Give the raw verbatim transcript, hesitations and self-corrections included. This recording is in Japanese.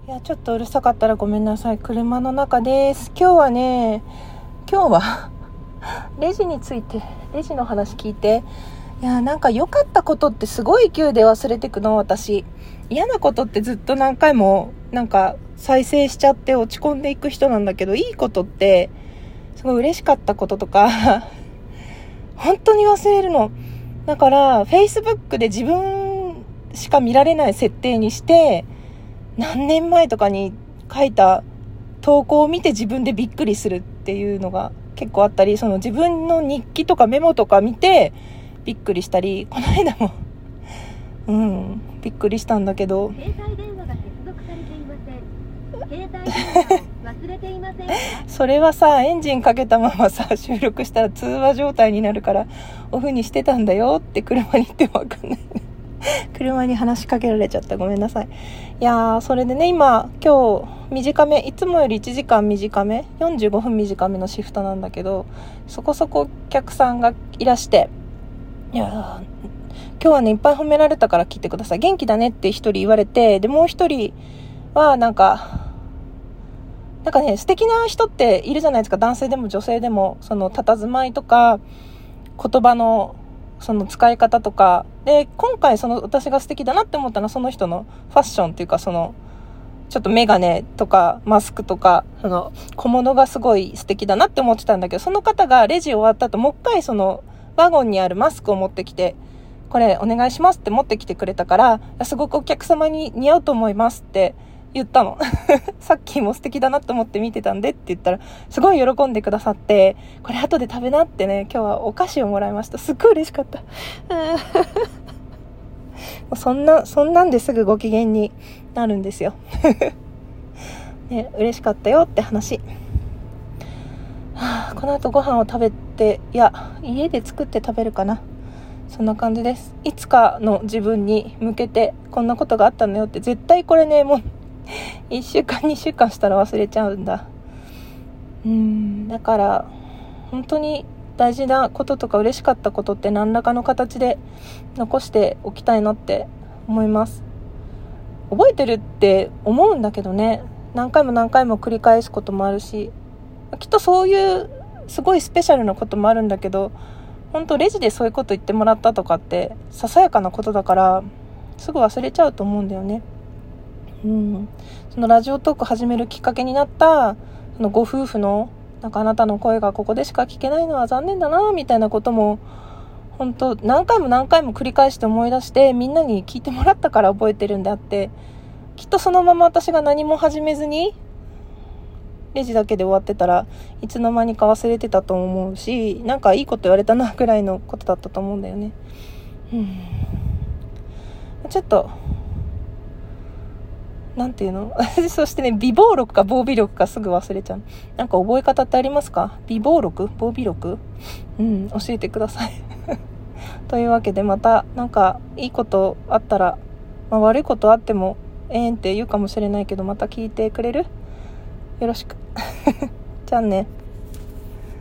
いやちょっとうるさかったらごめんなさい。車の中です。今日はね今日はレジについてレジの話聞いて、いやなんか良かったことってすごい勢いで忘れてくの。私嫌なことってずっと何回もなんか再生しちゃって落ち込んでいく人なんだけど、いいことってすごい嬉しかったこととか本当に忘れるの。だから Facebook で自分しか見られない設定にして、何年前とかに書いた投稿を見て自分でびっくりするっていうのが結構あったり、その自分の日記とかメモとか見てびっくりしたり、この間もうんびっくりしたんだけど、 携帯電話が接続されていません。携帯電話を忘れていませんか？ それはさ、エンジンかけたままさ収録したら通話状態になるからオフにしてたんだよって車に言っても分かんない車に話しかけられちゃった、ごめんなさい。いやーそれでね、今今日短め、いつもよりいちじかん短め、よんじゅうごふん短めのシフトなんだけど、そこそこお客さんがいらして、いやー今日はねいっぱい褒められたから聞いてください。元気だねって一人言われて、でもう一人はなんかなんかね素敵な人っているじゃないですか。男性でも女性でも、その佇まいとか言葉のその使い方とかで、今回その私が素敵だなって思ったのはその人のファッションっていうか、そのちょっとメガネとかマスクとかその小物がすごい素敵だなって思ってたんだけど、その方がレジ終わった後もう一回そのワゴンにあるマスクを持ってきて、これお願いしますって持ってきてくれたから、すごくお客様に似合うと思いますって言ったのさっきも素敵だなと思って見てたんでって言ったら、すごい喜んでくださって、これ後で食べなってね、今日はお菓子をもらいました。すっごい嬉しかったそんなそんなんですぐご機嫌になるんですよね、嬉しかったよって話。はあ、この後ご飯を食べて、いや家で作って食べるかな。そんな感じです。いつかの自分に向けてこんなことがあったのよって、絶対これねもういっしゅうかんにしゅうかんしたら忘れちゃうんだ。うーんだから本当に大事なこととか嬉しかったことって何らかの形で残しておきたいなって思います。覚えてるって思うんだけどね、何回も何回も繰り返すこともあるし、きっとそういうすごいスペシャルなこともあるんだけど、本当レジでそういうこと言ってもらったとかってささやかなことだからすぐ忘れちゃうと思うんだよね。うん、そのラジオトーク始めるきっかけになったそのご夫婦のなんかあなたの声がここでしか聞けないのは残念だなみたいなことも本当何回も何回も繰り返して思い出してみんなに聞いてもらったから覚えてるんであって、きっとそのまま私が何も始めずにレジだけで終わってたらいつの間にか忘れてたと思うし、なんかいいこと言われたなぐらいのことだったと思うんだよね。うんちょっとなんていうのそしてね、備忘録か防備録かすぐ忘れちゃう。なんか覚え方ってありますか？備忘録？防備録？うん教えてくださいというわけで、またなんかいいことあったら、まあ、悪いことあってもええんって言うかもしれないけど、また聞いてくれる？よろしくじゃあね。